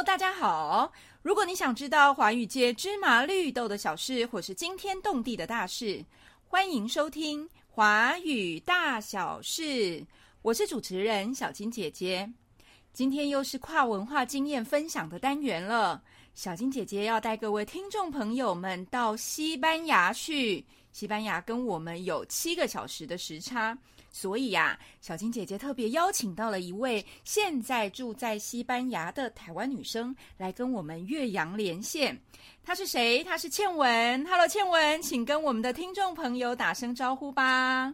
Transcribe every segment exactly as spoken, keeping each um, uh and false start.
大家好。如果你想知道华语界芝麻绿豆的小事，或是惊天动地的大事，欢迎收听华语大小事。我是主持人小金姐姐。今天又是跨文化经验分享的单元了。小金姐姐要带各位听众朋友们到西班牙去。西班牙跟我们有七个小时的时差，所以呀、啊，小金姐姐特别邀请到了一位现在住在西班牙的台湾女生来跟我们越洋连线。她是谁？她是倩文。Hello， 倩文，请跟我们的听众朋友打声招呼吧。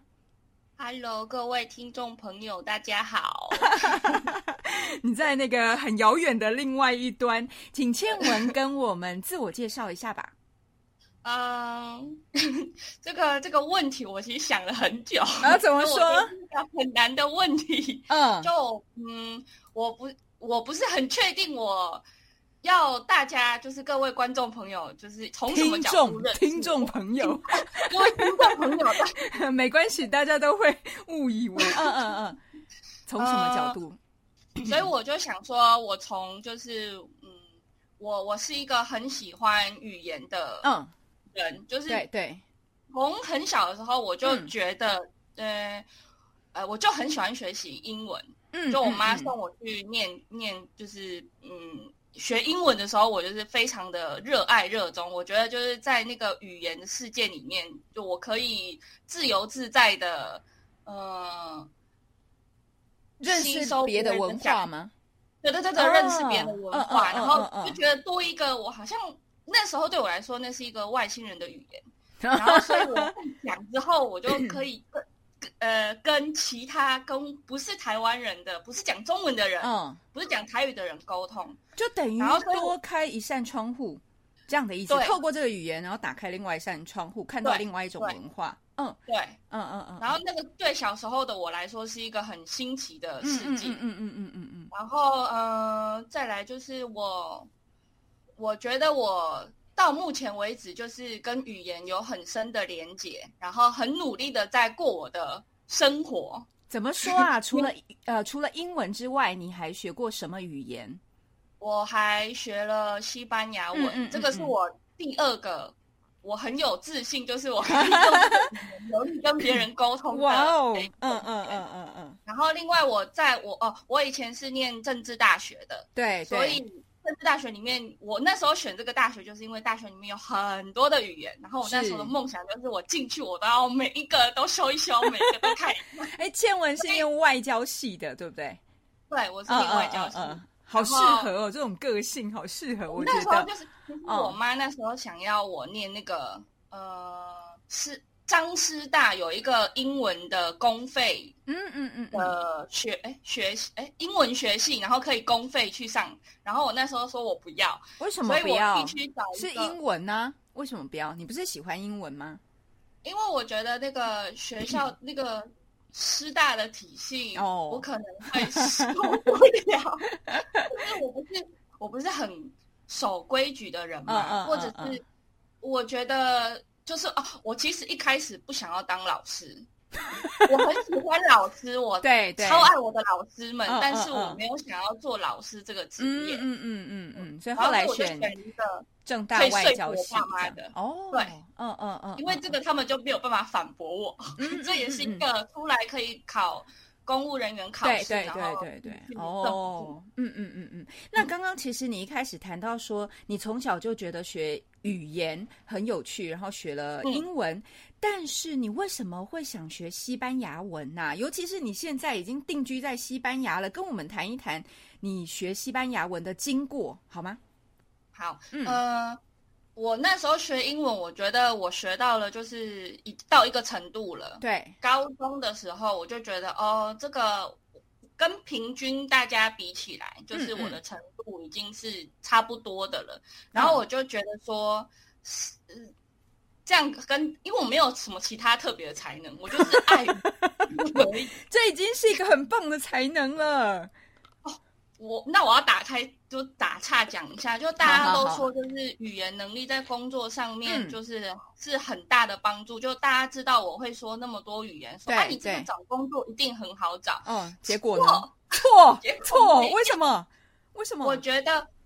Hello， 各位听众朋友，大家好。 你在那个很遥远的另外一端，请倩文跟我们自我介绍一下吧。 嗯，这个这个问题我其实想了很久。 啊，怎么说？ 是一个很难的问题。嗯，就嗯，我不我不是很确定，我要大家就是各位观众朋友，就是从什么角度认识听众朋友， 各位听众朋友， 没关系，大家都会误以为，嗯嗯嗯，从什么角度？ 呃、所以我就想说，我从就是嗯，我我是一个很喜欢语言的，嗯。人就是对对， 从很小的时候我就觉得，嗯、呃呃，我就很喜欢学习英文。嗯，就我妈送我去念、嗯、念，就是嗯，学英文的时候，我就是非常的热爱热衷。我觉得就是在那个语言的世界里面，就我可以自由自在的，呃， 认识别的文化吗？ 对对对对，哦、认识别的文化，然后就觉得多一个我好像。那时候对我来说，那是一个外星人的语言，然后所以我讲之后，我就可以跟呃跟其他跟不是台湾人的、不是讲中文的人、嗯，不是讲台语的人沟通， 就等于多开一扇窗户，这样的意思。透过这个语言，然后打开另外一扇窗户，看到另外一种文化。嗯， 对，嗯嗯嗯。然后那个对小时候的我来说是一个很新奇的世界。嗯嗯嗯嗯嗯嗯。然后呃，再来就是我。我觉得我到目前为止就是跟语言有很深的连结，然后很努力的在过我的生活。 怎么说啊？除了呃除了英文之外，你还学过什么语言？ 我还学了西班牙文，嗯嗯嗯嗯，这个是我第二个，我很有自信，就是我可以用流利跟别人沟通的。 哇哦，嗯嗯嗯嗯嗯。 然后另外我在我哦，我以前是念政治大学的， 对， 所以。政治大学里面，我那时候选这个大学，就是因为大学里面有很多的语言，然后我那时候的梦想就是我进去，我都要每一个都修一修，每一个都看一看。 哎，倩文是念外交系的，对不对？ 对，我是念外交系，嗯嗯嗯、 好适合哦，这种个性好适合。我觉得那时候就是，其实我妈那时候想要我念那个、嗯、呃是。彰师大有一个英文的公费，嗯嗯嗯的学哎学哎英文学系，然后可以公费去上。然后我那时候说我不要， 为什么不要？ 所以我必须找一个是英文呢、啊？为什么不要？你不是喜欢英文吗？ 因为我觉得那个学校那个师大的体系，哦，我可能会受不了。因为我不是我不是很守规矩的人嘛，嗯嗯嗯嗯或者是我觉得。就是哦，我其实一开始不想要当老师，我很喜欢老师，我对对超爱我的老师们，但是我没有想要做老师这个职业。 嗯嗯嗯嗯，所以后来选一个政大外交系的哦， 对， 嗯嗯嗯， 因为这个他们就没有办法反驳我，这也是一个出来可以考。公务人员考试， 对对对对对，哦，嗯嗯嗯嗯。那刚刚其实你一开始谈到说，你从小就觉得学语言很有趣，然后学了英文，嗯、但是你为什么会想学西班牙文呢、啊？尤其是你现在已经定居在西班牙了，跟我们谈一谈你学西班牙文的经过好吗？ 好，嗯。呃我那时候学英文，我觉得我学到了，就是一到一个程度了。 对， 高中的时候我就觉得，哦，这个跟平均大家比起来，就是我的程度已经是差不多的了。嗯嗯然后我就觉得说，嗯、这样跟因为我没有什么其他特别的才能，我就是爱语这已经是一个很棒的才能了。 我那我要打开就打岔讲一下，就大家都说就是语言能力在工作上面就是是很大的帮助。嗯、就大家知道我会说那么多语言，说啊你这个找工作一定很好找。 嗯，结果呢？错错，为什么？为什么？ 我觉得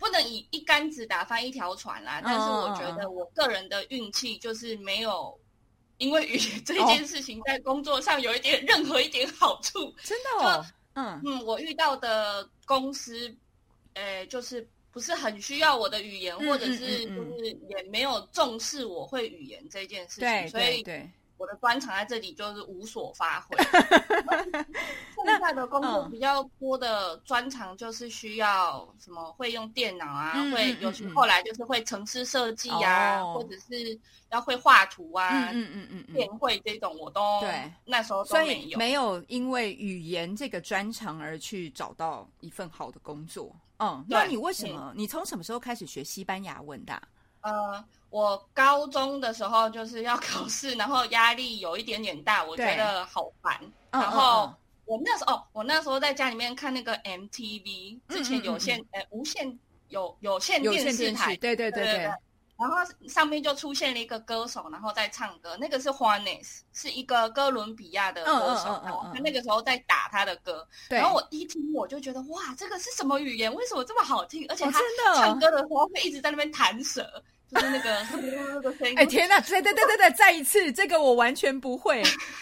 不能以一竿子打翻一条船啦。但是我觉得我个人的运气就是没有因为语言这件事情在工作上有一点任何一点好处。 真的哦，嗯嗯，我遇到的公司，呃，就是不是很需要我的语言，嗯、或者是就是也没有重视我会语言这件事情， 对所以对。 我的专长在这里就是无所发挥。现在的工作比较多的专长就是需要什么会用电脑啊，嗯、会有时后来就是会程式设计啊，哦、或者是要会画图啊， 嗯嗯嗯嗯， 电绘这种我都对那时候都没有， 所以没有因为语言这个专长而去找到一份好的工作。嗯，那你为什么？你从什么时候开始学西班牙文的啊？ 呃。我高中的时候就是要考试，然后压力有一点点大，我觉得好烦。然后我那时候，哦，我那时候在家里面看那个 M T V， 之前有线呃、嗯嗯、无线有有线电视台， 对对对 对, 对, 对。 然后上面就出现了一个歌手，然后在唱歌，那个是 Juanes， 是一个哥伦比亚的歌手，嗯嗯嗯嗯、然后他那个时候在打他的歌，然后我一听我就觉得哇，这个是什么语言？为什么这么好听？而且他唱歌的时候会一直在那边弹舌。就是那个那个声音， 哎天哪！对对对对对，再一次，这个我完全不会。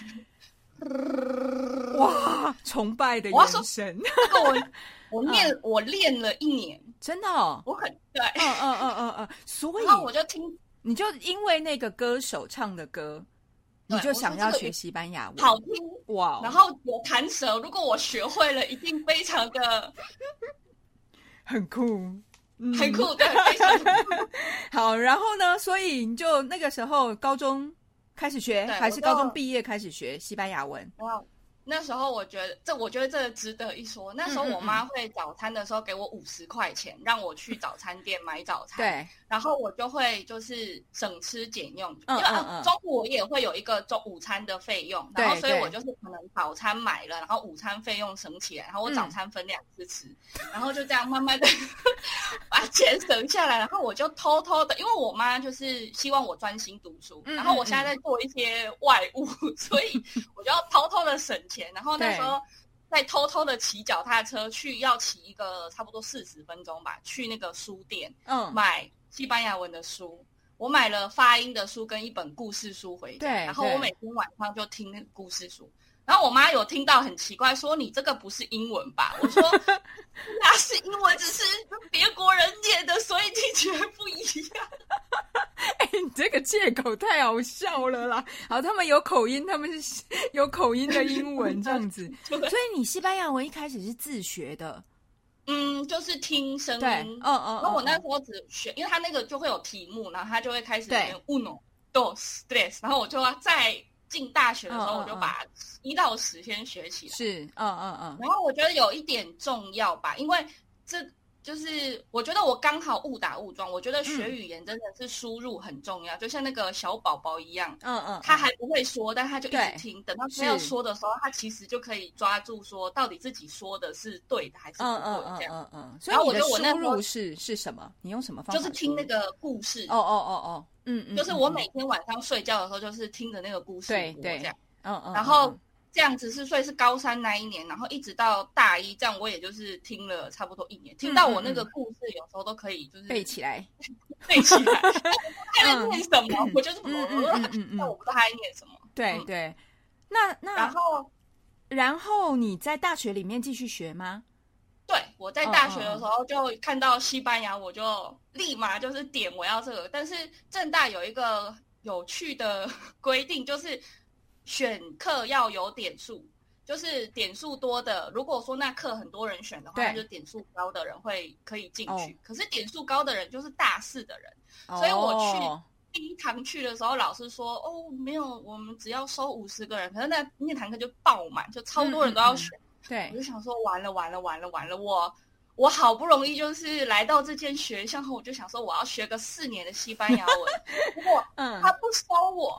哇，崇拜的眼神。 这个我我练、嗯、我练了一年， 真的哦， 我很对， 嗯嗯嗯嗯嗯，所以然后我就听， 你就因为那个歌手唱的歌，你就想要学西班牙文， 好听哇！ 然后有弹舌，如果我学会了，一定非常的很酷。 嗯、很酷，对，非常酷。 好，然后呢？所以你就那个时候高中开始学，还是高中毕业开始学西班牙文？ 哇，那时候我觉得这，我觉得这值得一说。那时候我妈会早餐的时候给我五十块钱，让我去早餐店买早餐。 对， 然后我就会就是省吃俭用，因为、嗯嗯、中午我也会有一个中午餐的费用，然后所以我就是可能早餐买了，然后午餐费用省起来，然后我早餐分两次吃，嗯、然后就这样慢慢的把钱省下来，然后我就偷偷的，因为我妈就是希望我专心读书，嗯、然后我现在在做一些外务，嗯、所以我就要偷偷的省钱，然后那时候再偷偷的骑脚踏车去，要骑一个差不多四十分钟吧，去那个书店，嗯，买西班牙文的书。我买了发音的书跟一本故事书回家，然后我每天晚上就听那个故事书。然后我妈有听到很奇怪，说你这个不是英文吧？我说那是英文，只是别国人念的，所以听起来不一样。 哎、欸，你这个借口太好笑了啦！好，他们有口音，他们是有口音的英文这样子。所以你西班牙文一开始是自学的？ 嗯，就是听声音。对， 嗯嗯。 然后我那时候只学，因为他那个就会有题目，然后他就会开始念 uno dos tres， 然后我就要在进大学的时候，我就把一到十先学起来。 是，嗯嗯嗯。 然后我觉得有一点重要吧，因为这就是我觉得我刚好误打误撞。我觉得学语言真的是输入很重要，嗯、就像那个小宝宝一样，嗯嗯，他还不会说，但他就一直听，等到他要说的时候，他其实就可以抓住说到底自己说的是对的还是不对这样。 嗯嗯嗯嗯。所以你的输入是是什么？你用什么方法？ 就是听那个故事。 哦哦哦哦。嗯嗯， 就是我每天晚上睡觉的时候，就是听着那个故事对对这样， 嗯嗯， 然后这样子是，所以是高三那一年，然后一直到大一，这样我也就是听了差不多一年，听到我那个故事有时候都可以就是背起来， 背起来，他在念什么，我就是嗯嗯嗯嗯，但我不知道他在念什么。 对对，那那然后然后你在大学里面继续学吗？ 对，我在大学的时候就看到西班牙，我就立马就是点我要这个。但是政大有一个有趣的规定，就是选课要有点数，就是点数多的，如果说那课很多人选的话，那就点数高的人会可以进去。哦、可是点数高的人就是大四的人，哦、所以我去第一堂去的时候，老师说哦，没有，我们只要收五十个人，可是那那堂课就爆满，就超多人都要选。嗯嗯嗯对， 我就想说完了完了完了完了，我我好不容易就是来到这间学校后，我就想说我要学个四年的西班牙文，如果他不收我，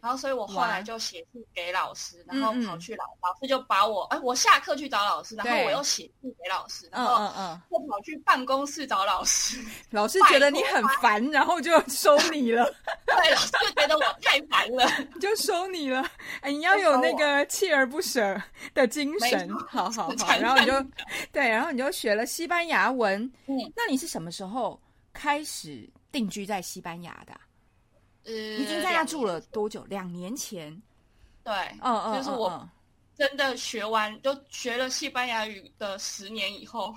然后所以我后来就写信给老师，然后跑去老嗯嗯老师就把我哎，我下课去找老师，然后我又写信给老师，然后又跑去办公室找老师。 老师觉得你很烦，然后就收你了。 对，老师就觉得我太烦了， 就收你了。哎，你要有那个锲而不舍的精神。好好好，然后你就对，然后你就学了西班牙文。嗯，那你是什么时候开始定居在西班牙的、啊？呃，已经在那住了多久？两年前。 对，嗯嗯，就是我真的学完，就学了西班牙语的十年以后。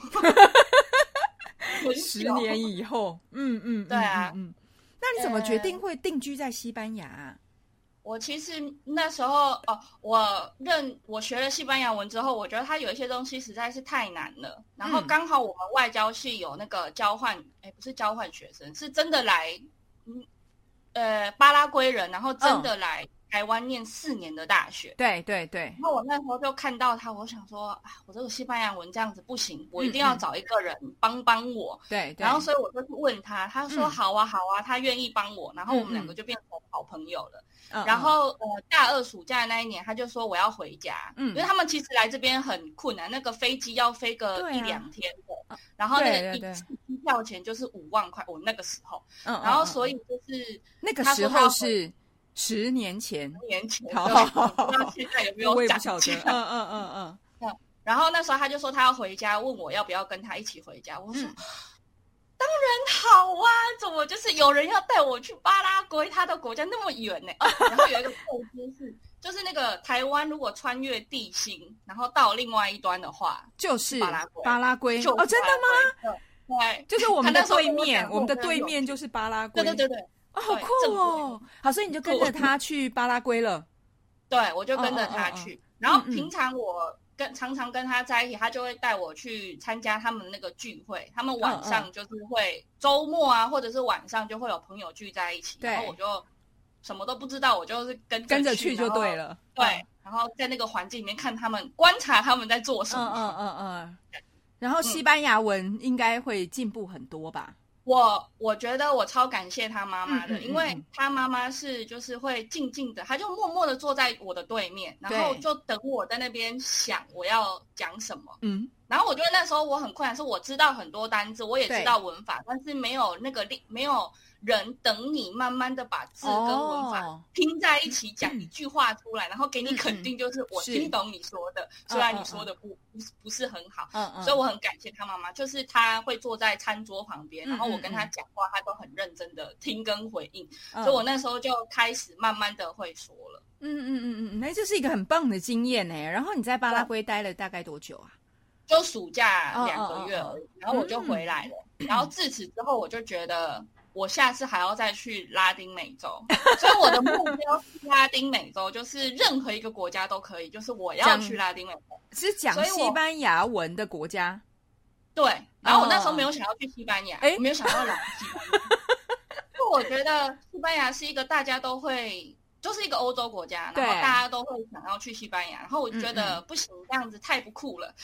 十年以后，嗯嗯， 对啊， 嗯。那你怎么决定会定居在西班牙、啊呃？ 我其实那时候哦，我认我学了西班牙文之后，我觉得它有一些东西实在是太难了。然后刚好我们外交系有那个交换，哎、嗯，不是交换学生，是真的来，嗯，呃，巴拉圭人，然后真的来。嗯台湾念四年的大学， 对对对。 然后我那时候就看到他，我想说，啊，我这个西班牙文这样子不行，我一定要找一个人帮帮我。 对、嗯嗯， 然后所以我就去问他，他说好啊好啊，他愿意帮我，然后我们两个就变成好朋友了。嗯、然后呃，大二暑假那一年，他就说我要回家，嗯，因为他们其实来这边很困难，那个飞机要飞个一两天的，啊、然后那个一次机票钱就是五万块，我那个时候，嗯，然后所以就是那个时候是。十年前， 十年前， 好好好， 不知道现在有没有涨价？ 嗯嗯嗯嗯嗯。然后那时候他就说他要回家，问我要不要跟他一起回家。我说、嗯、当然好啊，怎么就是有人要带我去巴拉圭，他的国家那么远呢、哦？然后有一个构思是，就是那个台湾如果穿越地心，然后到另外一端的话， 就是巴拉圭。 巴拉圭哦，真的吗？ 对， 就是我们的对面，我们的对面就是巴拉圭。 对对对对。 哦，好酷哦！好，所以你就跟着他去巴拉圭了。 对，我就跟着他去。哦哦哦哦然后平常我跟、嗯、常常跟他在一起，他就会带我去参加他们那个聚会。他们晚上就是会、嗯嗯、周末啊，或者是晚上就会有朋友聚在一起。然后我就什么都不知道，我就是跟着跟着去就对了。 对、嗯，然后在那个环境里面看他们，观察他们在做什么。 嗯嗯嗯嗯。然后西班牙文应该会进步很多吧？ 我我觉得我超感谢他妈妈的，嗯嗯嗯嗯因为他妈妈是就是会静静的，他就默默的坐在我的对面，然后就等我在那边想我要讲什么。嗯，然后我觉得那时候我很困难，是我知道很多单字，我也知道文法，但是没有那个力，没有人等你慢慢的把字跟文法拼在一起讲一句话出来，哦、然后给你肯定，就是我听懂你说的，虽然你说的不不是不是很好，嗯嗯，所以我很感谢他妈妈，就是他会坐在餐桌旁边，然后我跟他讲话，他都很认真的听跟回应，嗯、所以我那时候就开始慢慢的会说了。 嗯嗯嗯嗯，那这是一个很棒的经验呢。然后你在巴拉圭待了大概多久啊？ 就暑假两个月而已，然后我就回来了。嗯、然后自此之后，我就觉得我下次还要再去拉丁美洲，所以我的目标是拉丁美洲，就是任何一个国家都可以，就是我要去拉丁美洲， 是讲西班牙文的国家。 对，然后我那时候没有想要去西班牙，我没有想要来西班牙，因为我觉得西班牙是一个大家都会。就是一个欧洲国家，然后大家都会想要去西班牙，然后我就觉得不行，这样子太不酷了。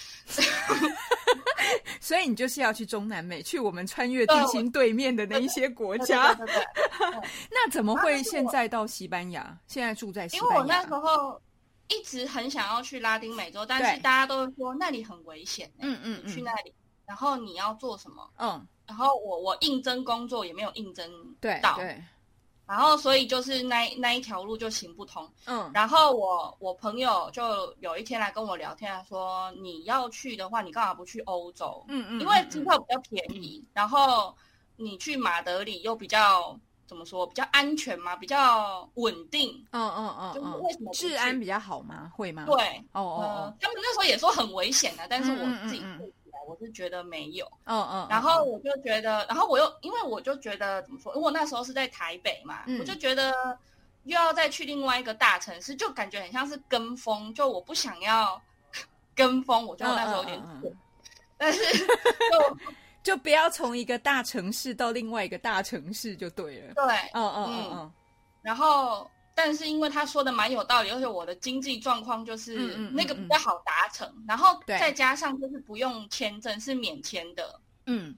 所以你就是要去中南美，去我们穿越地心对面的那一些国家。 对对对对对那怎么会现在到西班牙？现在住在西班牙？ 因为我那时候一直很想要去拉丁美洲，但是大家都会说那里很危险、欸，嗯嗯，你去那里，然后你要做什么？嗯，然后我我应征工作也没有应征到。 对对。 然后，所以就是那那一条路就行不通。嗯，然后我我朋友就有一天来跟我聊天，他说你要去的话，你干嘛不去欧洲？嗯嗯，因为机票比较便宜，嗯、然后你去马德里又比较怎么说，比较安全嘛，比较稳定。嗯嗯嗯，就是为什么治安比较好吗？会吗？ 对， 哦哦、 呃，他们那时候也说很危险的、啊，但是我自己。嗯嗯嗯我是觉得没有，嗯嗯，然后我就觉得，然后我又因为我就觉得怎么说，因为我那时候是在台北嘛，嗯、我就觉得又要再去另外一个大城市，就感觉很像是跟风，就我不想要跟风，我就那时候有点蠢，嗯嗯嗯、但是就就不要从一个大城市到另外一个大城市就对了， 对， 嗯嗯嗯嗯， 然后。但是因为他说的蛮有道理，而且我的经济状况就是那个比较好达成，嗯嗯嗯嗯然后再加上就是不用签证，是免签的，嗯，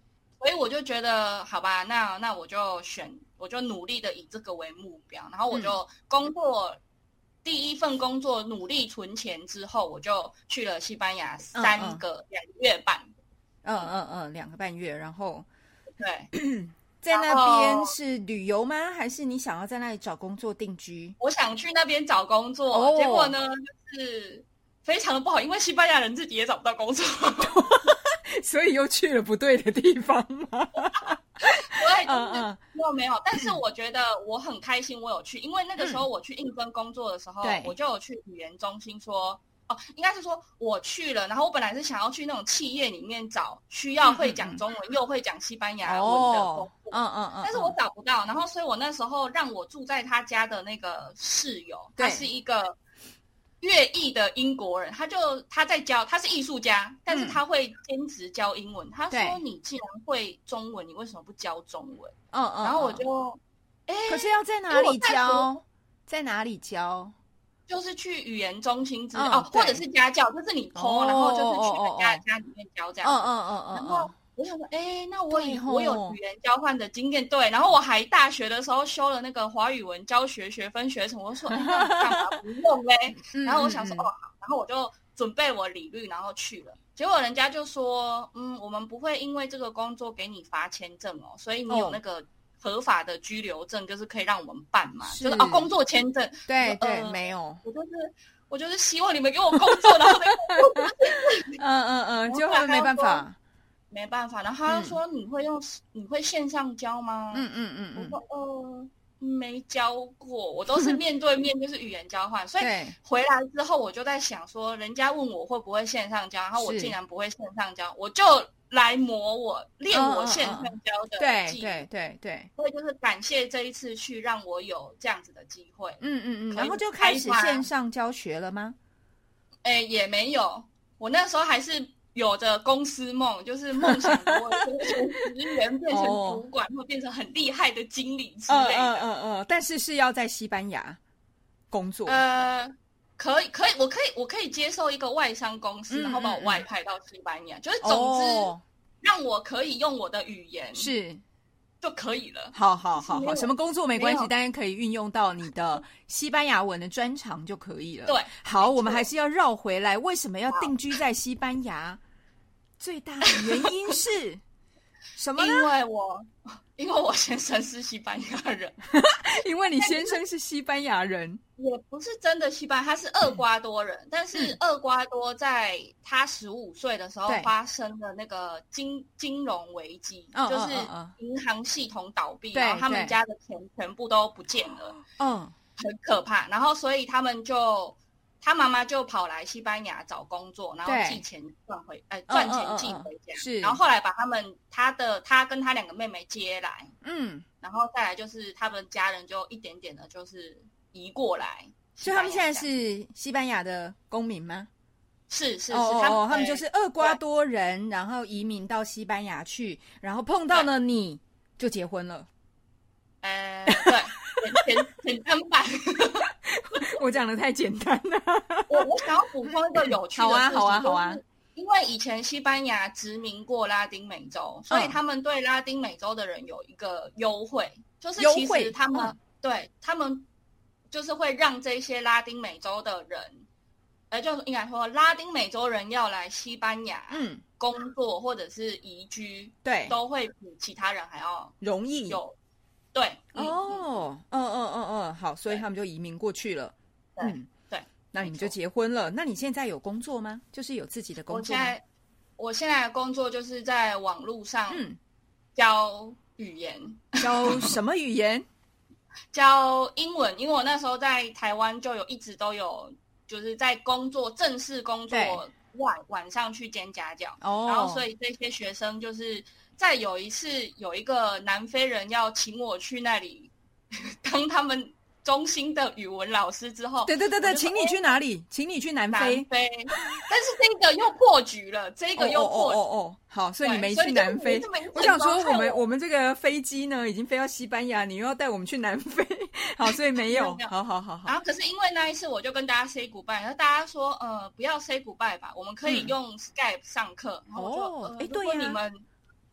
所以我就觉得好吧，那那我就选，我就努力的以这个为目标，然后我就工作、嗯、第一份工作努力存钱之后，我就去了西班牙三个两、嗯嗯、个月半， 嗯嗯嗯，两个半月，然后对。 在那边是旅游吗？还是你想要在那里找工作定居？ 我想去那边找工作，哦、结果呢就是非常的不好，因为西班牙人自己也找不到工作， 所以又去了不对的地方吗？ 对，嗯嗯，没有没有，但是我觉得我很开心，我有去，因为那个时候我去应征工作的时候，嗯、我就有去语言中心说。哦，应该是说我去了，然后我本来是想要去那种企业里面找需要会讲中文、嗯嗯、又会讲西班牙文的工作， 嗯嗯嗯， 但是我找不到，然后所以我那时候让我住在他家的那个室友，他是一个越裔的英国人，他就他在教，他是艺术家，但是他会兼职教英文。嗯、他说：“你既然会中文，你为什么不教中文？” 嗯嗯， 然后我就，哎， 可是要在哪里教？在哪里教？ 就是去语言中心之、嗯、哦，或者是家教，就是你 po、哦、然后就是去人家家里面教这样。 嗯嗯嗯嗯。 然后我想说，哎，那我以我有语言交换的经验，对。然后我还大学的时候修了那个华语文教学学分学程，我说，哎，那干嘛不用嘞？然后我想说，哦好，然后我就准备我履历，然后去了。结果人家就说，嗯，我们不会因为这个工作给你发签证哦，所以你有那个。哦合法的居留证就是可以让我们办嘛，是就是哦工作签证， 对对、 呃， 没有， 我就是我就是希望你们给我工作，然后那个嗯嗯嗯，就没办法， 没办法，然后他就说、嗯、你会用你会线上教吗？ 嗯嗯嗯嗯， 我说呃没教过，我都是面对面，就是语言交换，所以回来之后我就在想说，人家问我会不会线上教，然后我竟然不会线上教，我就。来磨我练我线上教的技能，对对对对， 所以就是感谢这一次去让我有这样子的机会， 嗯嗯嗯，然后就开始线上教学了吗？ 哎，也没有，我那时候还是有着公司梦，就是梦想我从职员变成主管，或、哦、变成很厉害的经理之类的， 嗯嗯嗯嗯，但是是要在西班牙工作， 呃。可以，可以，我可以，我可以接受一个外商公司，嗯、然后把我外派到西班牙，嗯、就是总之、哦、让我可以用我的语言是就可以了。 好好好好，什么工作没关系，当然可以运用到你的西班牙文的专长就可以了。 对， 好，我们还是要绕回来，为什么要定居在西班牙？最大的原因是什么呢？ 因为我。因为我先生是西班牙人， 因为你先生是西班牙人， 也不是真的西班牙，他是厄瓜多人。嗯、但是厄瓜多在他十五岁的时候发生了那个金金融危机，就是银行系统倒闭，然后他们家的钱全部都不见了，嗯，很可怕。然后所以他们就。他妈妈就跑来西班牙找工作，然后寄钱赚回，呃，赚钱寄回家。是，然后后来把他们他的他跟他两个妹妹接来，嗯，然后再来就是他们家人就一点点的，就是移过来。 所以他们现在是西班牙的公民吗？ 是是是， 哦他们他们就是厄瓜多人，然后移民到西班牙去，然后碰到了你就结婚了。 呃，对，简简单版。 我讲的太简单了。 我我想要补充一个有趣的事情， 好啊好啊好啊， 因为以前西班牙殖民过拉丁美洲，所以他们对拉丁美洲的人有一个优惠，就是其实他们、嗯、对他们就是会让这些拉丁美洲的人，呃，就应该说拉丁美洲人要来西班牙嗯工作或者是移居，对，都会比其他人还要容易有。对， 哦，嗯嗯嗯嗯，好，所以他们就移民过去了。 嗯，对， 那你们就结婚了。那你现在有工作吗？就是有自己的工作吗？ 我现在，我现在的工作就是在网络上教语言， 嗯、教什么语言？ 教英文。因为我那时候在台湾就有一直都有，就是在工作正式工作晚晚上去兼家教，哦、然后所以这些学生就是。再有一次，有一个南非人要请我去那里当他们中心的语文老师之后， 对对对对，请你去哪里？欸、请你去南非。 南非，但是这个又破局了，这个又破局。 哦哦哦哦，好，所以你没去南非。我想说，我们我们这个飞机呢，已经飞到西班牙，你又要带我们去南非，好，所以没有。没有好好好好。 然后可是因为那一次，我就跟大家 say goodbye， 然后大家说，呃，不要 say goodbye 吧，我们可以用 Skype 上课。嗯、然后我就，哎、呃，对呀，如果你们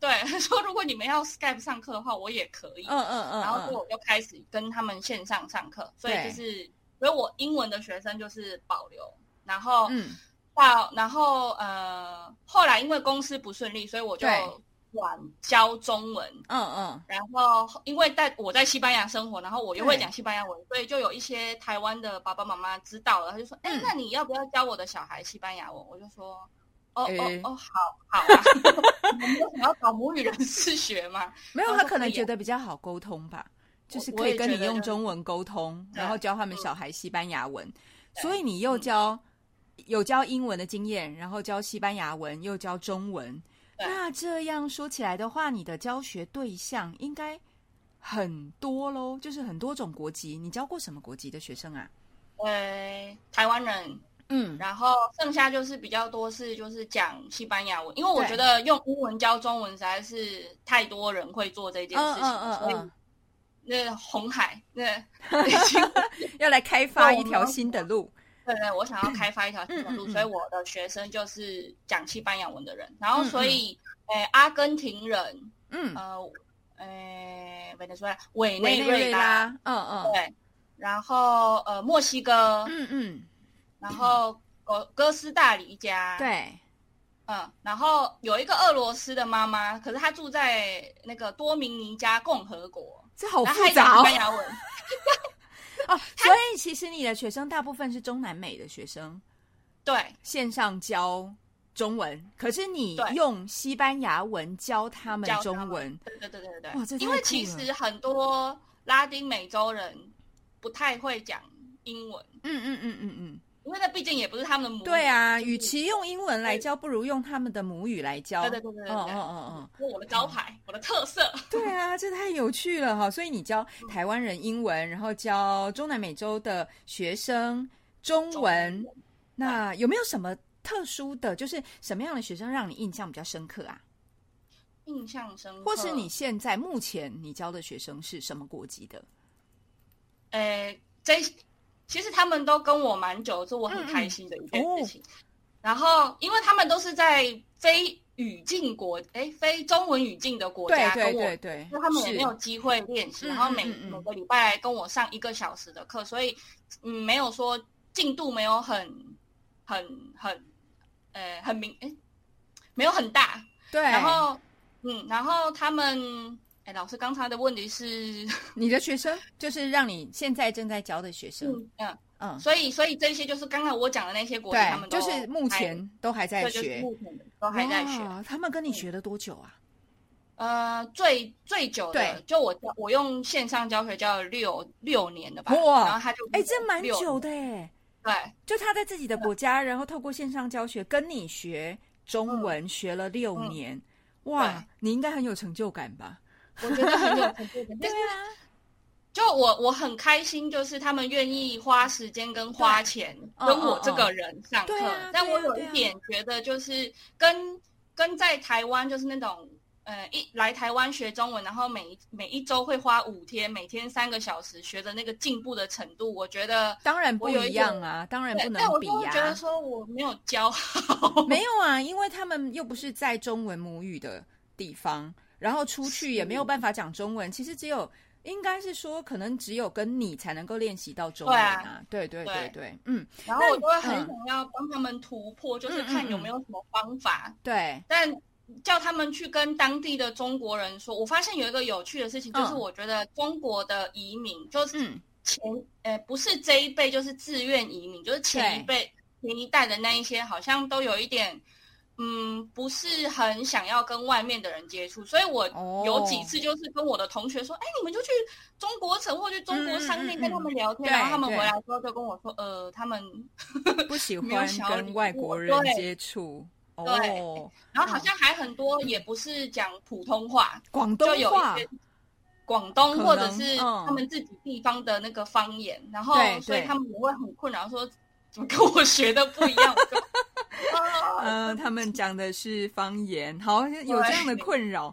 对，他说如果你们要 Skype 上课的话，我也可以。 嗯嗯嗯。 然后所以我就开始跟他们线上上课，所以就是，所以我英文的学生就是保留，然后嗯，到然后呃，后来因为公司不顺利，所以我就转教中文。嗯嗯。然后因为在我在西班牙生活，然后我又会讲西班牙文，所以就有一些台湾的爸爸妈妈知道了，他就说：“哎、嗯，那你要不要教我的小孩西班牙文？”我就说。哦哦哦，好好啊！你们想要搞母语人士学吗？ 没有，他可能觉得比较好沟通吧，就是可以跟你用中文沟通，然后教他们小孩西班牙文。所以你又教有教英文的经验，然后教西班牙文，又教中文。那这样说起来的话，你的教学对象应该很多咯，就是很多种国籍。你教过什么国籍的学生啊？ 呃，台湾人。嗯，然后剩下就是比较多是就是讲西班牙文，因为我觉得用英文教中文实在是太多人会做这件事情，嗯嗯嗯、所以那红海那要来开发一条新的路。 对对，我想要开发一条新的路，嗯嗯嗯，所以我的学生就是讲西班牙文的人，然后所以嗯嗯、呃、阿根廷人，嗯呃呃委内瑞拉委内瑞拉，嗯嗯对，然后呃墨西哥，嗯嗯。然后哥哥斯达黎加， 对， 嗯，然后有一个俄罗斯的妈妈，可是她住在那个多明尼加共和国， 这好复杂哦。 西班牙文哦，所以其实你的学生大部分是中南美的学生， 对， 线上教中文，可是你用西班牙文教他们中文， 对对对对对，哇，这太酷了。因为其实很多拉丁美洲人不太会讲英文，嗯嗯嗯嗯嗯。因为那毕竟也不是他们的母语。 对啊，与其用英文来教，不如用他们的母语来教。 对对对对对，哦哦哦哦，我的招牌，我的特色。 对啊，这太有趣了哈！所以你教台湾人英文，然后教中南美洲的学生中文，那有没有什么特殊的，就是什么样的学生让你印象比较深刻啊？ 印象深刻， 或是你现在目前你教的学生是什么国籍的？ 呃，这。其实他们都跟我蛮久，是我很开心的一件事情。嗯哦、然后，因为他们都是在非语境国，哎，非中文语境的国家跟我，对对对，所以他们也没有机会练习。然后每、嗯、每个礼拜来跟我上一个小时的课，所以嗯，没有说进度没有很很很呃很明，哎，没有很大。 对， 然后嗯，然后他们。哎，老师，刚才的问题是你的学生，就是让你现在正在教的学生，嗯嗯嗯，所以所以这些就是刚才我讲的那些国家，他们都就是目前都还在学， 就是目前都还在学。 他们跟你学了多久啊？ 呃，最最久的，就我我用线上教学教了六六年的吧，哇，然后他就哎，这蛮久的哎， 对， 就他在自己的国家，然后透过线上教学跟你学中文，学了六年，嗯、哇，你应该很有成就感吧？ 我觉得很有成就感， 对啊， 就我我很开心，就是他们愿意花时间跟花钱跟我这个人上课， 啊、 但我有一点觉得，就是跟跟在台湾就是那种呃一来台湾学中文，然后每每一周会花五天，每天三个小时学的那个进步的程度，我觉得当然不一样啊，当然不能比啊。 但我觉得说我没有教好， 没有啊，因为他们又不是在中文母语的地方。然后出去也没有办法讲中文，其实只有应该是说，可能只有跟你才能够练习到中文啊。对对对 对, 对, 对，嗯。 然后我就会很想要帮他们突破，嗯、就是看有没有什么方法。 嗯、对。 但叫他们去跟当地的中国人说，我发现有一个有趣的事情，就是我觉得中国的移民，就是前、嗯、呃不是这一辈，就是自愿移民，就是前一辈前一代的那一些，好像都有一点。嗯，不是很想要跟外面的人接触，所以我有几次就是跟我的同学说，哎、oh. ，你们就去中国城或去中国商店跟他们聊天，嗯、然后他们回来之后就跟我说，呃，他们不喜欢跟外国人接触， 对，哦、然后好像还很多也不是讲普通话， 广东话， 就有一些广东或者是他们自己地方的那个方言，嗯、然后所以他们也会很困扰，说怎么跟我学的不一样。 嗯、呃，他们讲的是方言，好有这样的困扰。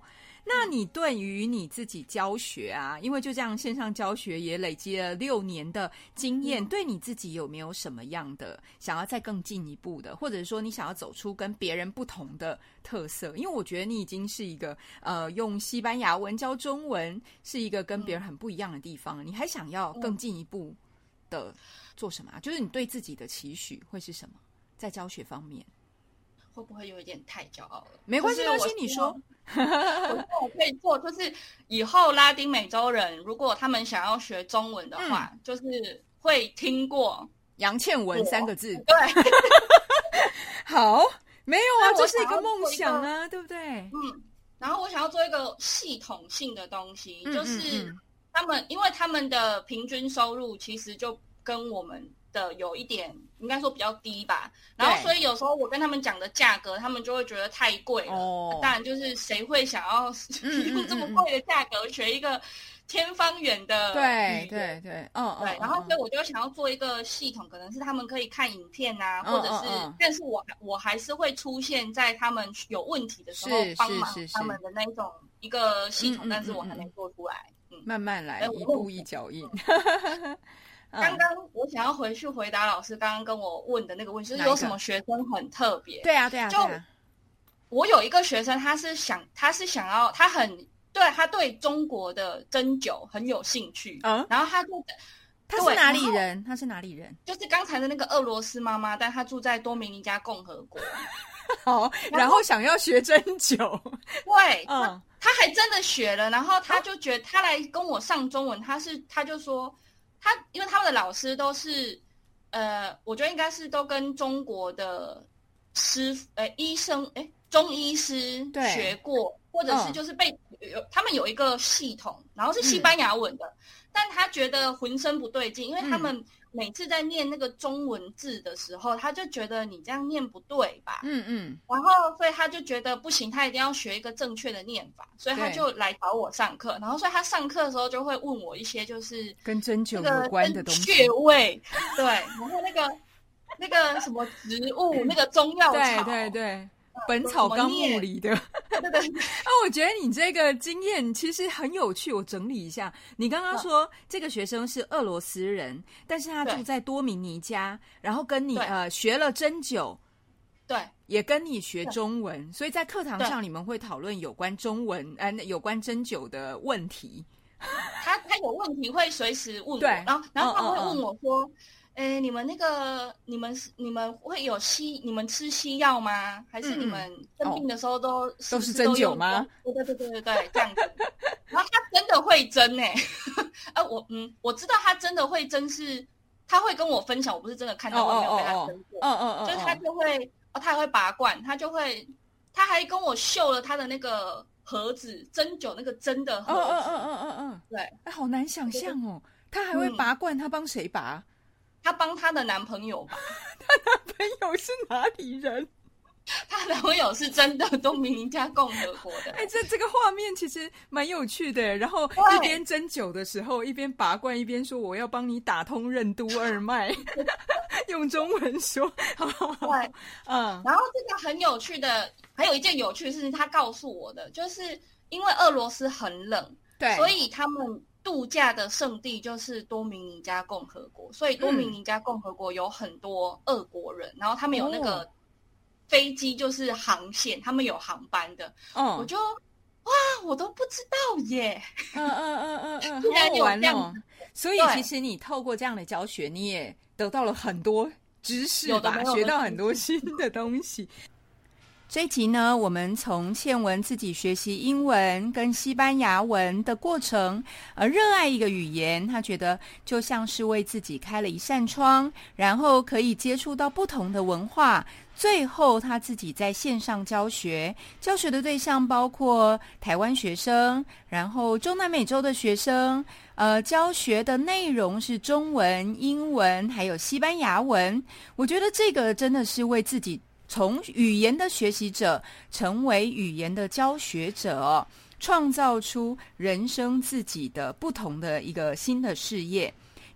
那你对于你自己教学啊，因为就这样线上教学也累积了六年的经验，嗯、对你自己有没有什么样的想要再更进一步的，或者说你想要走出跟别人不同的特色？因为我觉得你已经是一个呃用西班牙文教中文是一个跟别人很不一样的地方，嗯、你还想要更进一步的做什么、啊？就是你对自己的期许会是什么？在教学方面？ 会不会有一点太骄傲了？ 没关系，没关系，你说。 我我可以做，就是以后拉丁美洲人如果他们想要学中文的话，嗯、就是会听过杨倩文三个字。 对， 好，没有啊，这是一个梦想啊，对不对？ 嗯。然后我想要做一个系统性的东西，嗯、就是他们，因为他们的平均收入其实就跟我们的有一点应该说比较低吧，然后所以有时候我跟他们讲的价格，他们就会觉得太贵了。哦、当然，就是谁会想要用这么贵的价格学一个天方远的语言？ 对对对，嗯对。然后所以我就想要做一个系统，可能是他们可以看影片啊，或者是，嗯嗯嗯但是我我还是会出现在他们有问题的时候帮忙他们的那种一个系统，但是我还没做出来。 嗯，慢慢来，一步一脚印。 刚刚我想要回去回答老师刚刚跟我问的那个问题，就是有什么学生很特别？ 对啊，对啊， 就我有一个学生，他是想，他是想要，他很对，他对中国的针灸很有兴趣。嗯，然后他就他是哪里人？他是哪里人？ 就是刚才的那个俄罗斯妈妈，但他住在多米尼加共和国。 好，然后想要学针灸。 对，嗯，他还真的学了，然后他就觉得他来跟我上中文，他是他就说。他因为他们的老师都是，呃，我觉得应该是都跟中国的师呃医生哎中医师学过，或者是就是被、嗯、有他们有一个系统，然后是西班牙文的，嗯、但他觉得浑身不对劲，因为他们每次在念那个中文字的时候，他就觉得你这样念不对吧？嗯嗯，然后所以他就觉得不行，他一定要学一个正确的念法，所以他就来找我上课，然后所以他上课的时候就会问我一些就是跟针灸有关的东西， 穴位，对，然后那个那个什么植物，那个中药草， 对对对。本草纲目里的， 对对对。 那我觉得你这个经验其实很有趣，我整理一下。你刚刚说、嗯、这个学生是俄罗斯人，但是他住在多米尼加，然后跟你呃学了针灸， 对， 也跟你学中文，所以在课堂上你们会讨论有关中文呃有关针灸的问题。 他他有问题会随时问我， 对， 然后然后他会问我说。嗯嗯哎，你们那个，你们你们会有西，你们吃西药吗？还是你们生病的时候都、嗯哦、都是针灸吗？ 对对对对对对，这样子。然后他真的会针哎，啊我嗯，我知道他真的会针是，他会跟我分享，我不是真的看到我没有被他针过， 嗯嗯嗯， 就是他就会，哦，他还会拔罐，他就会，他还跟我秀了他的那个盒子，针灸那个针的盒子， 嗯嗯嗯嗯嗯， 对， 哎，好难想象哦，他还会拔罐，嗯、他帮谁拔？ 她帮她的男朋友吧？ 她男朋友是哪里人？ 她男朋友是真的多米尼加共和国的。 哎，这这个画面其实蛮有趣的。然后一边针灸的时候，一边拔罐，一边说我要帮你打通任督二脉，用中文说。 对，嗯。然后这个很有趣的，还有一件有趣的事情，他告诉我的，就是因为俄罗斯很冷， 对， 所以他们。度假的圣地就是多米尼加共和国，所以多米尼加共和国有很多俄国人，嗯、然后他们有那个飞机就是航线，哦、他们有航班的。哦，我就哇，我都不知道耶。 嗯嗯嗯嗯嗯， 竟然有这样哦。所以其实你透过这样的教学，你也得到了很多知识吧，学到很多新的东西。这一集呢，我们从倩文自己学习英文跟西班牙文的过程，呃，热爱一个语言，他觉得就像是为自己开了一扇窗，然后可以接触到不同的文化。最后他自己在线上教学，教学的对象包括台湾学生，然后中南美洲的学生，呃，教学的内容是中文、英文还有西班牙文。我觉得这个真的是为自己从语言的学习者成为语言的教学者哦，创造出人生自己的不同的一个新的事业。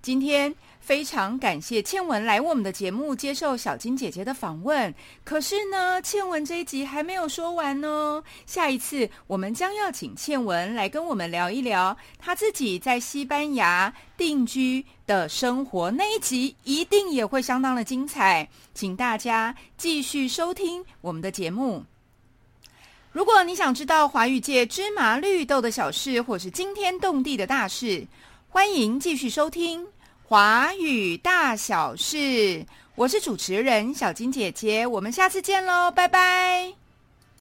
今天非常感谢倩文来我们的节目接受小金姐姐的访问，可是呢，倩文这一集还没有说完呢。下一次我们将要请倩文来跟我们聊一聊她自己在西班牙定居的生活，那一集一定也会相当的精彩，请大家继续收听我们的节目。如果你想知道华语界芝麻绿豆的小事，或是惊天动地的大事，欢迎继续收听华语大小事，我是主持人小金姐姐，我们下次见喽，拜拜。